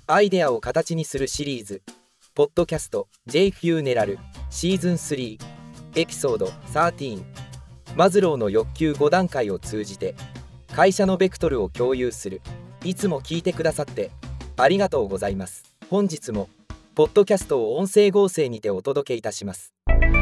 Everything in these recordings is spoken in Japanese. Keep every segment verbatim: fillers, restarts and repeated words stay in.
アイデアを形にするシリーズポッドキャスト J フューネラルシーズンスリーエピソードじゅうさんマズローの欲求ご段階を通じて会社のベクトルを共有する。いつも聞いてくださってありがとうございます。本日もポッドキャストを音声合成にてお届けいたします。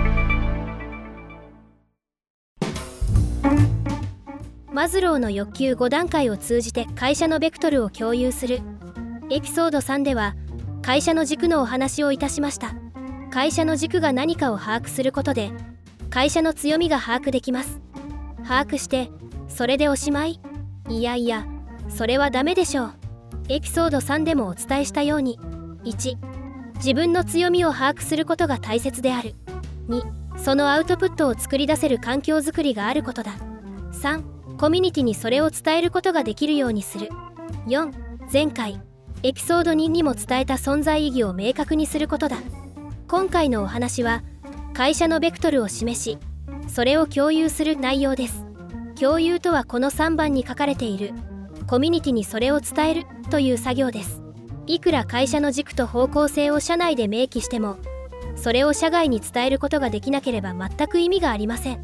マズローの欲求ご段階を通じて会社のベクトルを共有する。エピソードさんでは会社の軸のお話をいたしました。会社の軸が何かを把握することで会社の強みが把握できます。把握してそれでおしまい？いやいや、それはダメでしょう。エピソードさんでもお伝えしたように、いち自分の強みを把握することが大切である。にそのアウトプットを作り出せる環境づくりがあることだ。さんコミュニティにそれを伝えることができるようにする。よん前回エピソードににも伝えた存在意義を明確にすることだ。今回のお話は会社のベクトルを示しそれを共有する内容です。共有とはこのさんばんに書かれているコミュニティにそれを伝えるという作業です。いくら会社の軸と方向性を社内で明記してもそれを社外に伝えることができなければ全く意味がありません。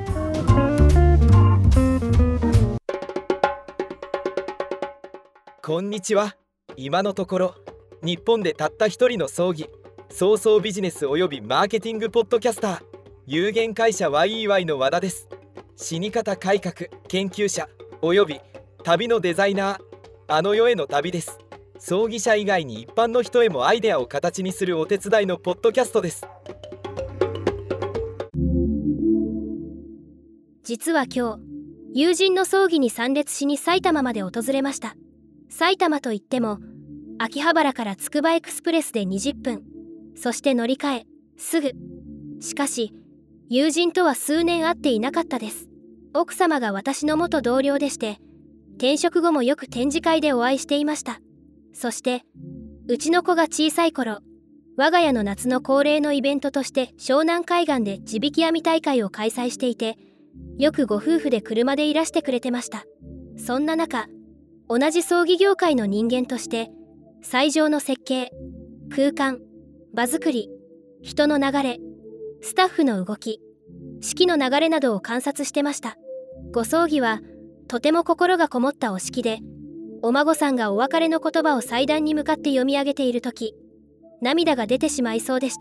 こんにちは。今のところ日本でたった一人の葬儀早々ビジネスおよびマーケティングポッドキャスター有限会社 ワイイーワイ の和田です。死に方改革研究者および旅のデザイナー、あの世への旅です。葬儀者以外に一般の人へもアイデアを形にするお手伝いのポッドキャストです。 実は今日友人の葬儀に参列しに埼玉まで訪れました。埼玉といっても秋葉原からつくばエクスプレスでにじゅっぷん、そして乗り換えすぐ。しかし友人とは数年会っていなかったです。奥様が私の元同僚でして転職後もよく展示会でお会いしていました。そしてうちの子が小さい頃、我が家の夏の恒例のイベントとして湘南海岸で地引き網大会を開催していてよくご夫婦で車でいらしてくれてました。そんな中同じ葬儀業界の人間として斎場の設計、空間、場作り、人の流れ、スタッフの動き、式の流れなどを観察してました。ご葬儀はとても心がこもったお式で、お孫さんがお別れの言葉を祭壇に向かって読み上げているとき、涙が出てしまいそうでした。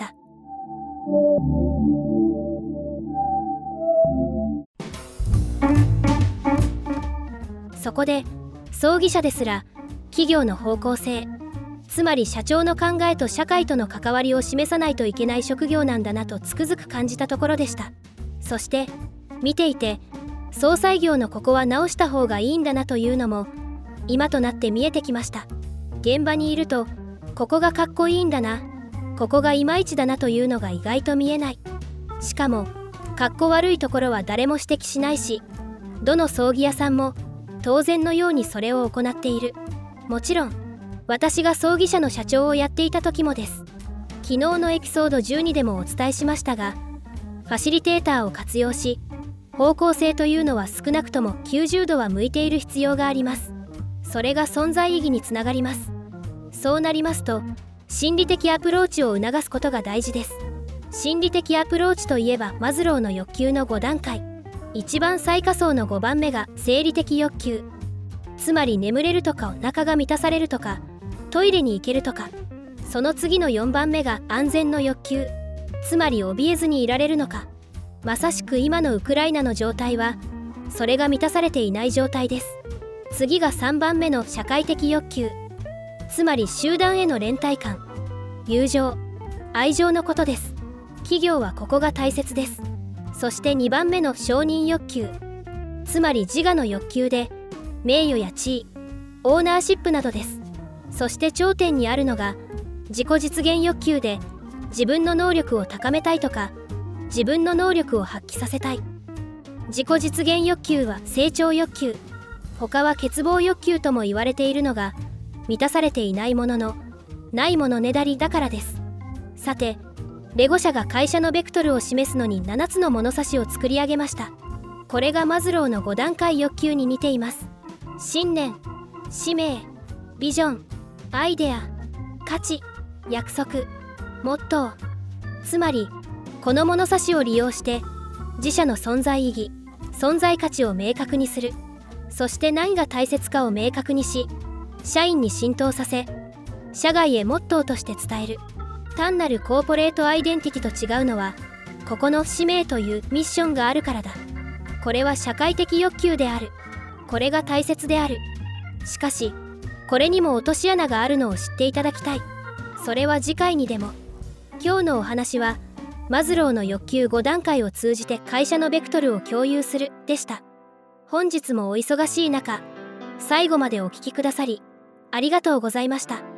そこで葬儀社ですら企業の方向性、つまり社長の考えと社会との関わりを示さないといけない職業なんだなとつくづく感じたところでした。そして見ていて葬祭業のここは直した方がいいんだなというのも今となって見えてきました。現場にいるとここがかっこいいんだな、ここがいまいちだなというのが意外と見えない。しかもかっこ悪いところは誰も指摘しないし、どの葬儀屋さんも当然のようにそれを行っている。もちろん私が葬儀社の社長をやっていた時もです。昨日のエピソードじゅうにでもお伝えしましたが、ファシリテーターを活用し方向性というのは少なくともきゅうじゅうどは向いている必要があります。それが存在意義につながります。そうなりますと心理的アプローチを促すことが大事です。心理的アプローチといえばマズローの欲求のご段階、一番最下層のごばんめが生理的欲求、つまり眠れるとかお腹が満たされるとかトイレに行けるとか。その次のよんばんめが安全の欲求、つまり怯えずにいられるのか。まさしく今のウクライナの状態はそれが満たされていない状態です。次がさんばんめの社会的欲求、つまり集団への連帯感、友情、愛情のことです。企業はここが大切です。そしてにばんめの承認欲求、つまり自我の欲求で名誉や地位、オーナーシップなどです。そして頂点にあるのが自己実現欲求で、自分の能力を高めたいとか自分の能力を発揮させたい。自己実現欲求は成長欲求、他は欠乏欲求とも言われているのが満たされていないもののないものねだりだからです。さてレゴ社が会社のベクトルを示すのにななつの物差しを作り上げました。これがマズローのご段階欲求に似ています。信念、使命、ビジョン、アイデア、 価値、約束、モットー、つまりこの物差しを利用して自社の存在意義、存在価値を明確にする。そして何が大切かを明確にし、社員に浸透させ、社外へモットーとして伝える。単なるコーポレートアイデンティティと違うのは、ここの使命というミッションがあるからだ。これは社会的欲求である。これが大切である。しかしこれにも落とし穴があるのを知っていただきたい。それは次回にでも。今日のお話はマズローの欲求ご段階を通じて会社のベクトルを共有するでした。本日もお忙しい中、最後までお聞きくださりありがとうございました。